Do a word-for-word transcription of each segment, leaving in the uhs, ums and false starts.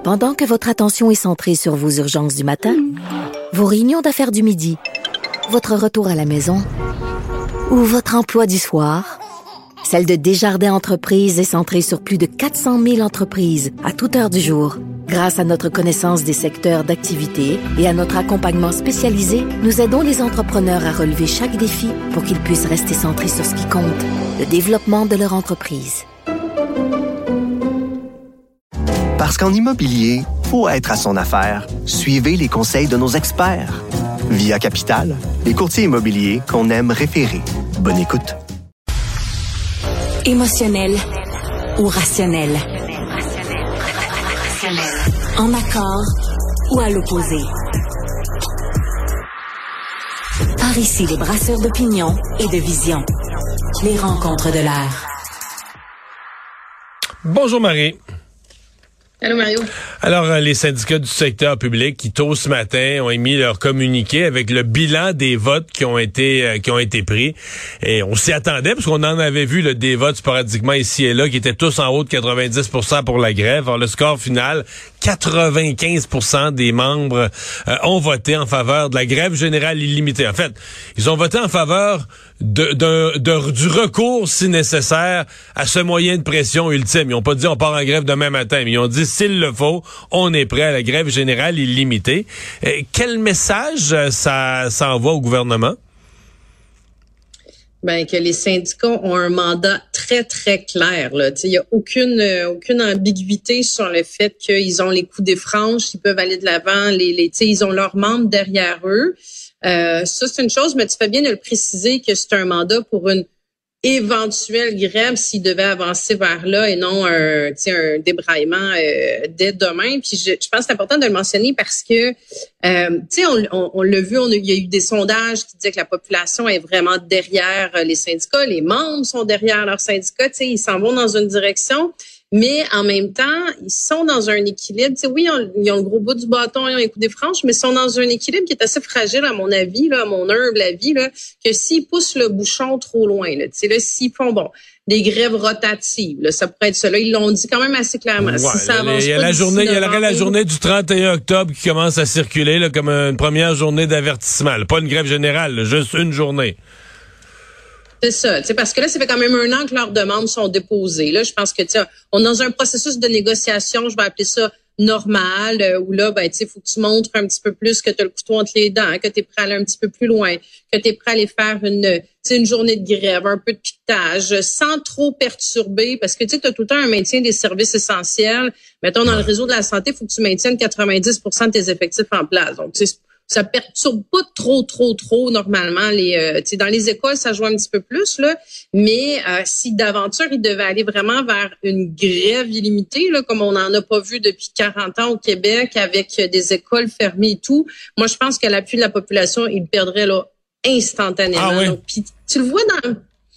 Pendant que votre attention est centrée sur vos urgences du matin, vos réunions d'affaires du midi, votre retour à la maison ou votre emploi du soir, celle de Desjardins Entreprises est centrée sur plus de quatre cent mille entreprises à toute heure du jour. Grâce à notre connaissance des secteurs d'activité et à notre accompagnement spécialisé, nous aidons les entrepreneurs à relever chaque défi pour qu'ils puissent rester centrés sur ce qui compte, le développement de leur entreprise. Parce qu'en immobilier, faut être à son affaire. Suivez les conseils de nos experts. Via Capital, les courtiers immobiliers qu'on aime référer. Bonne écoute. Émotionnel ou rationnel? En accord ou à l'opposé? Par ici, les brasseurs d'opinion et de vision. Les rencontres de l'air. Bonjour Marie. Allô Mario. Alors, les syndicats du secteur public qui, tôt ce matin, ont émis leur communiqué avec le bilan des votes qui ont été euh, qui ont été pris. Et on s'y attendait, parce qu'on en avait vu là, des votes sporadiquement ici et là, qui étaient tous en haut de quatre-vingt-dix pour cent pour la grève. Alors, le score final, quatre-vingt-quinze pour cent des membres euh, ont voté en faveur de la grève générale illimitée. En fait, ils ont voté en faveur de, de, de, du recours, si nécessaire, à ce moyen de pression ultime. Ils n'ont pas dit on part en grève demain matin, mais ils ont dit s'il le faut, on est prêt à la grève générale illimitée. Euh, quel message euh, ça, ça envoie au gouvernement? Ben, que les syndicats ont un mandat très, très clair. Il n'y a aucune euh, aucune ambiguïté sur le fait qu'ils ont les coups des franges, ils peuvent aller de l'avant, les, les, ils ont leurs membres derrière eux. Euh, ça, c'est une chose, mais tu fais bien de le préciser que c'est un mandat pour une éventuelle grève s'il devait avancer vers là et non un, un débraillement euh, dès demain. Puis je, je pense que c'est important de le mentionner parce que, euh, tu sais, on, on, on l'a vu, on a, il y a eu des sondages qui disaient que la population est vraiment derrière les syndicats, les membres sont derrière leurs syndicats, tu sais, ils s'en vont dans une direction. Mais en même temps, ils sont dans un équilibre. T'sais, oui, ils ont, ils ont le gros bout du bâton, ils ont les coups des franges, mais ils sont dans un équilibre qui est assez fragile, à mon avis, là, à mon humble avis, là, que s'ils poussent le bouchon trop loin, là, là, s'ils font bon des grèves rotatives, là, ça pourrait être ça. Là, ils l'ont dit quand même assez clairement. Ouais, si ça avance il y a pas la journée, il y aurait la novembre, journée du trente et un octobre qui commence à circuler là, comme une première journée d'avertissement. Là, pas une grève générale, là, juste une journée. C'est ça, tu sais, parce que là, ça fait quand même un an que leurs demandes sont déposées. Là, je pense que, tu sais, on est dans un processus de négociation, je vais appeler ça normal, euh, où là, ben, tu sais, faut que tu montres un petit peu plus que tu as le couteau entre les dents, hein, que tu es prêt à aller un petit peu plus loin, que tu es prêt à aller faire une, tu sais, une journée de grève, un peu de piquetage, sans trop perturber, parce que, tu sais, tu as tout le temps un maintien des services essentiels. Mettons, dans le réseau de la santé, il faut que tu maintiennes quatre-vingt-dix pour cent de tes effectifs en place. Donc, tu sais, ça perturbe pas trop, trop, trop normalement. Les, euh, tu sais, dans les écoles, ça joue un petit peu plus là. Mais euh, si d'aventure, il devait aller vraiment vers une grève illimitée, là, comme on n'en a pas vu depuis quarante ans au Québec, avec des écoles fermées et tout, moi, je pense que l'appui de la population, il perdrait là instantanément. Ah oui? Donc, puis tu le vois dans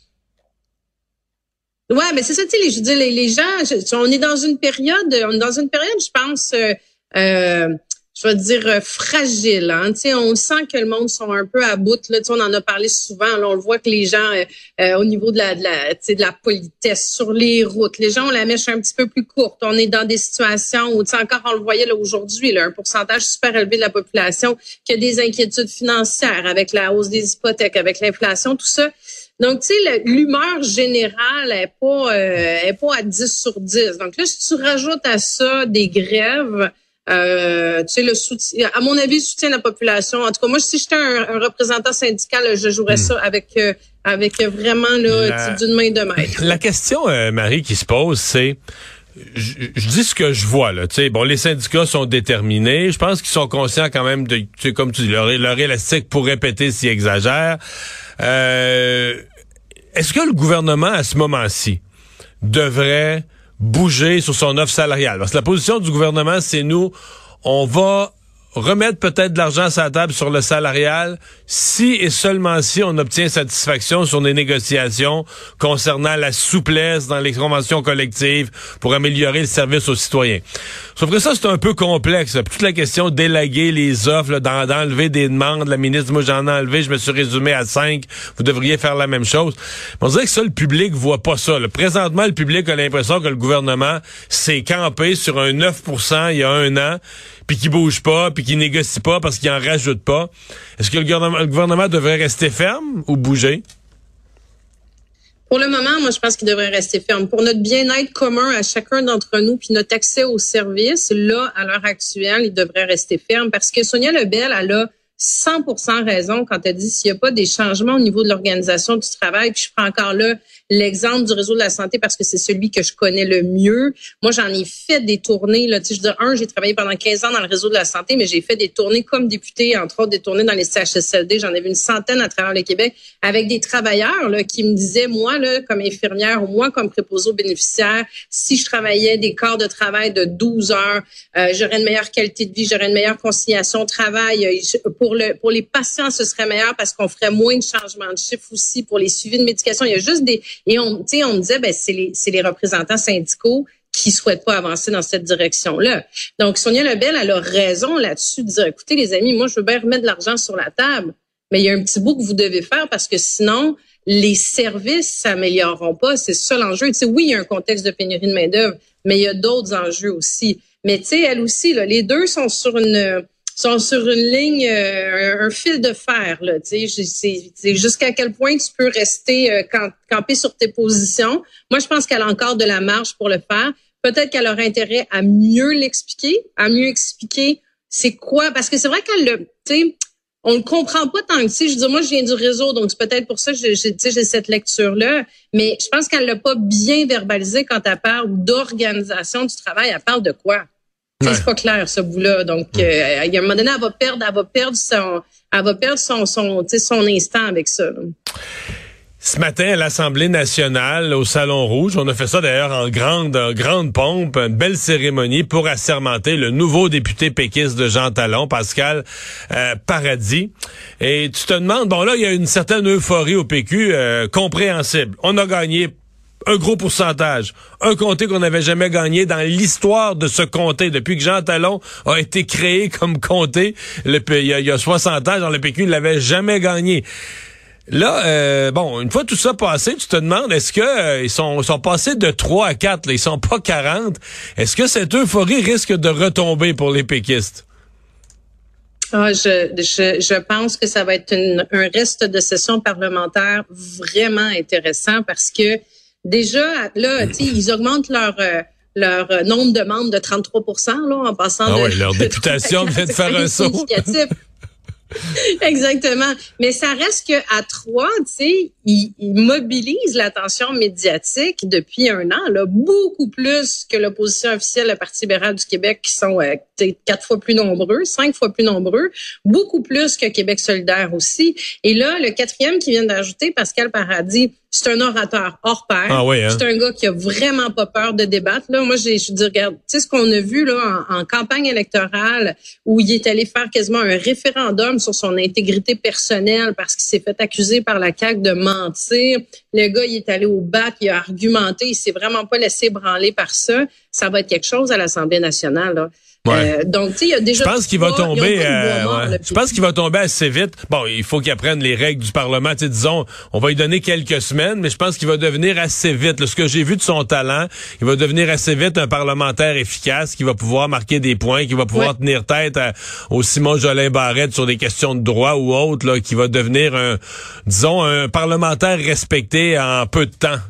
ouais, mais c'est ça, tu sais, les, je veux dire, les, les gens, je, on est dans une période, on est dans une période, je pense. Euh, euh, je vais dire euh, fragile, hein. Tu sais, on sent que le monde sont un peu à bout. Là, tu sais, on en a parlé souvent. Là, on le voit que les gens, euh, euh, au niveau de la, de la, tu sais, de la politesse sur les routes, les gens ont la mèche un petit peu plus courte. On est dans des situations où, tu sais, encore on le voyait là aujourd'hui, là, un pourcentage super élevé de la population qui a des inquiétudes financières avec la hausse des hypothèques, avec l'inflation, tout ça. Donc, tu sais, l'humeur générale est pas, euh, est pas à dix sur dix. Donc là, si tu rajoutes à ça des grèves. Euh, tu sais, le soutien, à mon avis, le soutien de la population. En tout cas, moi, si j'étais un, un représentant syndical, je jouerais mmh. ça avec euh, avec vraiment là la, d'une main de maître. La question, euh, Marie, qui se pose, c'est, je, je dis ce que je vois là. Tu sais, bon, les syndicats sont déterminés. Je pense qu'ils sont conscients quand même de, tu sais, comme tu dis, leur, leur élastique pour répéter s'ils exagèrent. Euh, est-ce que le gouvernement, à ce moment-ci, devrait bouger sur son offre salariale? Parce que la position du gouvernement, c'est nous, on va remettre peut-être de l'argent sur la table sur le salarial si et seulement si on obtient satisfaction sur les négociations concernant la souplesse dans les conventions collectives pour améliorer le service aux citoyens. Sauf que ça, c'est un peu complexe. Là. Toute la question d'élaguer les offres, là, d'en, d'enlever des demandes. La ministre, moi, j'en ai enlevé, je me suis résumé à cinq. Vous devriez faire la même chose. Mais on dirait que ça, le public voit pas ça. Là. Présentement, le public a l'impression que le gouvernement s'est campé sur un neuf pour cent il y a un an, puis qu'il bouge pas, puis qu'il négocie pas parce qu'il en rajoute pas. Est-ce que le gouvernement, le gouvernement devrait rester ferme ou bouger? Pour le moment, moi, je pense qu'il devrait rester ferme. Pour notre bien-être commun à chacun d'entre nous, puis notre accès aux services, là, à l'heure actuelle, il devrait rester ferme parce que Sonia Lebel, elle a cent pour cent raison quand elle dit s'il n'y a pas des changements au niveau de l'organisation du travail, puis je prends encore là l'exemple du réseau de la santé parce que c'est celui que je connais le mieux. Moi, j'en ai fait des tournées, là, tu sais, je veux dire, un, j'ai travaillé pendant quinze ans dans le réseau de la santé, mais j'ai fait des tournées comme députée, entre autres des tournées dans les C H S L D. J'en ai vu une centaine à travers le Québec avec des travailleurs, là, qui me disaient, moi, là, comme infirmière ou moi, comme préposée aux bénéficiaires, si je travaillais des quarts de travail de douze heures, euh, j'aurais une meilleure qualité de vie, j'aurais une meilleure conciliation au travail. Euh, pour le, pour les patients, ce serait meilleur parce qu'on ferait moins de changements de chiffres aussi pour les suivis de médication. Il y a juste des, Et on, tu sais, on me disait, ben c'est les, c'est les représentants syndicaux qui souhaitent pas avancer dans cette direction-là. Donc, Sonia Lebel, elle a raison là-dessus de dire, écoutez, les amis, moi, je veux bien remettre de l'argent sur la table, mais il y a un petit bout que vous devez faire parce que sinon, les services s'amélioreront pas. C'est ça l'enjeu. Tu sais, oui, il y a un contexte de pénurie de main-d'œuvre, mais il y a d'autres enjeux aussi. Mais tu sais, elle aussi, là, les deux sont sur une sont sur une ligne, euh, un, un fil de fer, là, tu sais, c'est, c'est jusqu'à quel point tu peux rester euh, camp, camper sur tes positions. Moi, je pense qu'elle a encore de la marge pour le faire. Peut-être qu'elle aura intérêt à mieux l'expliquer, à mieux expliquer c'est quoi, parce que c'est vrai qu'elle le, tu sais, on le comprend pas tant que ça. Je veux dire, moi, je viens du réseau, donc c'est peut-être pour ça que j'ai, j'ai, j'ai cette lecture-là, mais je pense qu'elle l'a pas bien verbalisé quand elle parle d'organisation du travail. Elle parle de quoi? Ouais. C'est pas clair ce bout-là. Donc, euh, il y a un moment donné, elle va perdre, elle va perdre son, elle va perdre son, son, tu sais, son instant avec ça. Là. Ce matin, à l'Assemblée nationale, au Salon Rouge, on a fait ça d'ailleurs en grande, en grande pompe, une belle cérémonie pour assermenter le nouveau député péquiste de Jean Talon, Pascal euh, Paradis. Et tu te demandes, bon là, il y a une certaine euphorie au P Q euh, compréhensible. On a gagné un gros pourcentage. Un comté qu'on n'avait jamais gagné dans l'histoire de ce comté. Depuis que Jean Talon a été créé comme comté, le, il, y a, il y a soixante ans, dans le P Q, il l'avait jamais gagné. Là, euh, bon, une fois tout ça passé, tu te demandes, est-ce que euh, ils sont, sont passés de trois à quatre, là, ils sont pas quarante. Est-ce que cette euphorie risque de retomber pour les péquistes? Ah, je, je, je pense que ça va être une, un reste de session parlementaire vraiment intéressant parce que déjà, là, tu sais, ils augmentent leur euh, leur nombre de membres de trente-trois pour cent là, en passant ah de... oui, leur députation vient de faire un saut. Exactement. Mais ça reste que à trois, tu sais, ils, ils mobilisent l'attention médiatique depuis un an, là, beaucoup plus que l'opposition officielle, le Parti libéral du Québec, qui sont euh, quatre fois plus nombreux, cinq fois plus nombreux, beaucoup plus que Québec solidaire aussi. Et là, le quatrième qui vient d'ajouter, Pascal Paradis, c'est un orateur hors pair. Ah oui, hein? C'est un gars qui a vraiment pas peur de débattre. Là, moi, j'ai, je dis, regarde, tu sais ce qu'on a vu là en, en campagne électorale où il est allé faire quasiment un référendum sur son intégrité personnelle parce qu'il s'est fait accuser par la C A Q de mentir. Le gars, il est allé au bac, il a argumenté, il s'est vraiment pas laissé branler par ça. Ça va être quelque chose à l'Assemblée nationale, là. Ouais. Euh, donc, tu sais, il y a déjà. Je pense qu'il va tomber. Euh, mort, ouais. Je pense qu'il va tomber assez vite. Bon, il faut qu'il apprenne les règles du Parlement. Tu sais, disons, on va lui donner quelques semaines, mais je pense qu'il va devenir assez vite. Là, ce que j'ai vu de son talent, il va devenir assez vite un parlementaire efficace qui va pouvoir marquer des points, qui va pouvoir ouais. tenir tête à, au Simon Jolin Barrette sur des questions de droit ou autres, là, qui va devenir un, disons, un parlementaire respecté en peu de temps.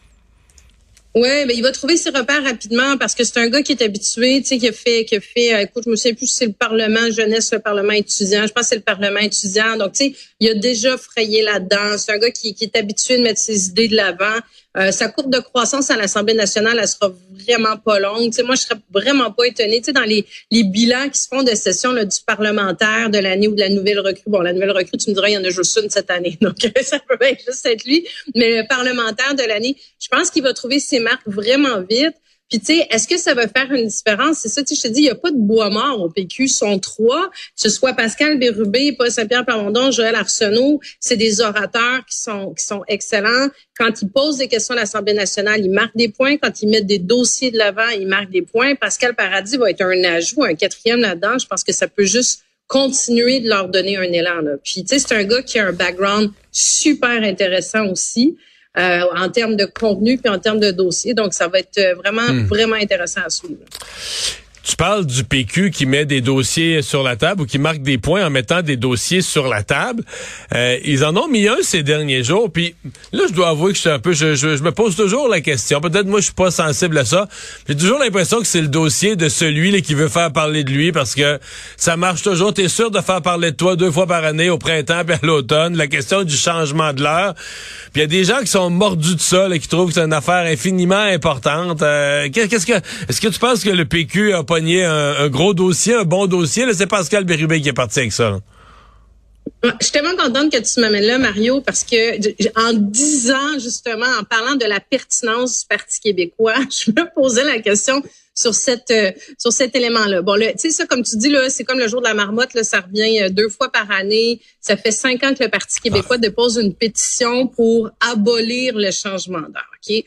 Ouais, mais il va trouver ses repères rapidement parce que c'est un gars qui est habitué, tu sais, qui a fait, qui a fait, euh, écoute, je me sais plus si c'est le Parlement jeunesse, le Parlement étudiant. Je pense que c'est le Parlement étudiant. Donc, tu sais, il a déjà frayé là-dedans. C'est un gars qui, qui est habitué de mettre ses idées de l'avant. Euh, sa courbe de croissance à l'Assemblée nationale, elle sera vraiment pas longue. Tu sais, moi, je serais vraiment pas étonnée. Tu sais, dans les, les bilans qui se font de session là, du parlementaire de l'année ou de la nouvelle recrue. Bon, la nouvelle recrue, tu me diras, il y en a juste une cette année. Donc, ça peut bien juste être lui. Mais le parlementaire de l'année, je pense qu'il va trouver ses marques vraiment vite. Puis, tu sais, est-ce que ça va faire une différence? C'est ça, tu sais, je te dis, il n'y a pas de bois mort au P Q. Ils sont trois, que ce soit Pascal Bérubé, Paul Saint-Pierre Plamondon, Joël Arsenault. C'est des orateurs qui sont qui sont excellents. Quand ils posent des questions à l'Assemblée nationale, ils marquent des points. Quand ils mettent des dossiers de l'avant, ils marquent des points. Pascal Paradis va être un ajout, un quatrième là-dedans. Je pense que ça peut juste continuer de leur donner un élan, là. Puis, tu sais, c'est un gars qui a un background super intéressant aussi. Euh, en termes de contenu puis en termes de dossier. Donc, ça va être vraiment, mmh. vraiment intéressant à suivre. Tu parles du P Q qui met des dossiers sur la table ou qui marque des points en mettant des dossiers sur la table. Euh, ils en ont mis un ces derniers jours. Puis là, je dois avouer que je suis un peu, je, je, je me pose toujours la question. Peut-être moi, je suis pas sensible à ça. J'ai toujours l'impression que c'est le dossier de celui là, qui veut faire parler de lui parce que ça marche toujours. T'es sûr de faire parler de toi deux fois par année, au printemps puis à l'automne. La question du changement de l'heure. Puis il y a des gens qui sont mordus de ça, là, qui trouvent que c'est une affaire infiniment importante. Euh, qu'est-ce que, est-ce que tu penses que le P Q a pas Un, un gros dossier, un bon dossier? Là, c'est Pascal Bérubé qui est parti avec ça. Là. Je suis tellement contente que tu m'amènes là, Mario, parce que en disant, justement, en parlant de la pertinence du Parti québécois, je me posais la question sur cette euh, sur cet élément-là. Bon, tu sais, ça, comme tu dis, là, c'est comme le jour de la marmotte, là, ça revient euh, deux fois par année. Ça fait cinq ans que le Parti québécois ah. dépose une pétition pour abolir le changement d'heure. OK?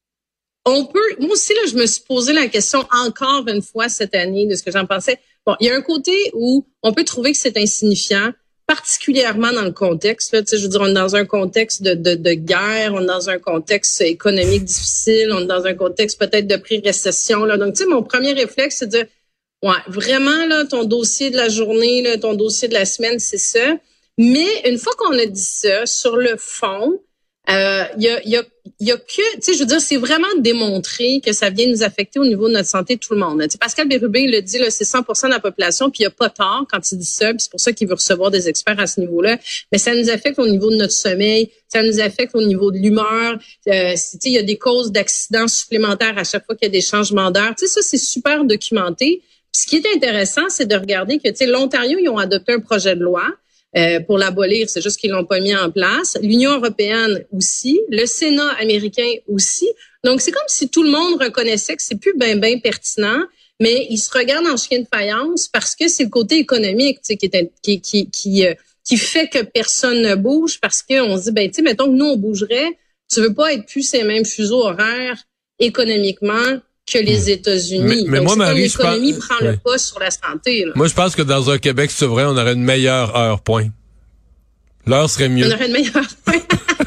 On peut, moi aussi, là, je me suis posé la question encore une fois cette année de ce que j'en pensais. Bon, il y a un côté où on peut trouver que c'est insignifiant, particulièrement dans le contexte. Là, tu sais, je veux dire, on est dans un contexte de, de, de guerre, on est dans un contexte économique difficile, on est dans un contexte peut-être de pré-récession. Là. Donc, tu sais, mon premier réflexe, c'est de dire, ouais, vraiment, là, ton dossier de la journée, là, ton dossier de la semaine, c'est ça. Mais une fois qu'on a dit ça, sur le fond, Euh, il y a, il y a, il y a que, tu sais, je veux dire, c'est vraiment démontré que ça vient nous affecter au niveau de notre santé, tout le monde. Tu sais, Pascal Bérubé, il le dit, là, c'est cent pour cent de la population, puis il n'y a pas tort quand il dit ça, puis c'est pour ça qu'il veut recevoir des experts à ce niveau-là. Mais ça nous affecte au niveau de notre sommeil, ça nous affecte au niveau de l'humeur. Euh, tu sais, il y a des causes d'accidents supplémentaires à chaque fois qu'il y a des changements d'heure. Tu sais, ça, c'est super documenté. Puis ce qui est intéressant, c'est de regarder que, tu sais, l'Ontario, ils ont adopté un projet de loi. Euh, pour l'abolir, c'est juste qu'ils l'ont pas mis en place. L'Union européenne aussi, le Sénat américain aussi. Donc, c'est comme si tout le monde reconnaissait que c'est plus ben ben pertinent, mais ils se regardent en chien de faïence parce que c'est le côté économique, tu sais, qui est qui qui qui euh, qui fait que personne ne bouge parce que on se dit ben tu sais, mettons que nous on bougerait, tu veux pas être plus ces mêmes fuseaux horaires économiquement que les États-Unis. Mais, mais Donc, moi, Marie, l'économie je pense... prend ouais. le pas sur la santé. Là. Moi, je pense que dans un Québec, c'est vrai, on aurait une meilleure heure, point. L'heure serait mieux. On aurait une meilleure heure.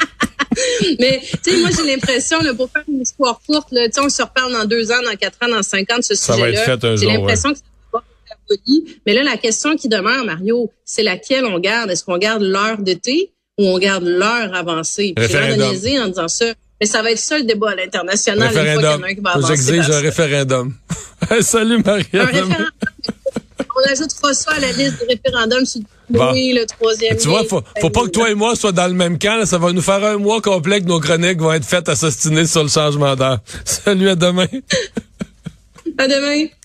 Mais, tu sais, moi, j'ai l'impression, là, pour faire une histoire courte, là, tu sais, on se reparle dans deux ans, dans quatre ans, dans cinq ans de ce ça sujet-là. Va être fait un j'ai jour, l'impression ouais. que ça va être aboli. Mais là, la question qui demeure, Mario, c'est laquelle on garde? Est-ce qu'on garde l'heure d'été ou on garde l'heure avancée? Puis j'ai l'air de niaiser en disant ça. Mais ça va être ça le débat à l'international. Référendum. Une fois qu'il y en a un qui va avancer. J'exige un référendum. Salut, Marie. Un référendum. On ajoutera ça à la liste du référendum sur bon. oui, le troisième. Tu vois, faut, faut pas que toi et moi soient dans le même camp. Là. Ça va nous faire un mois complet que nos chroniques vont être faites à s'ostiner sur le changement d'heure. Salut, à demain. À demain.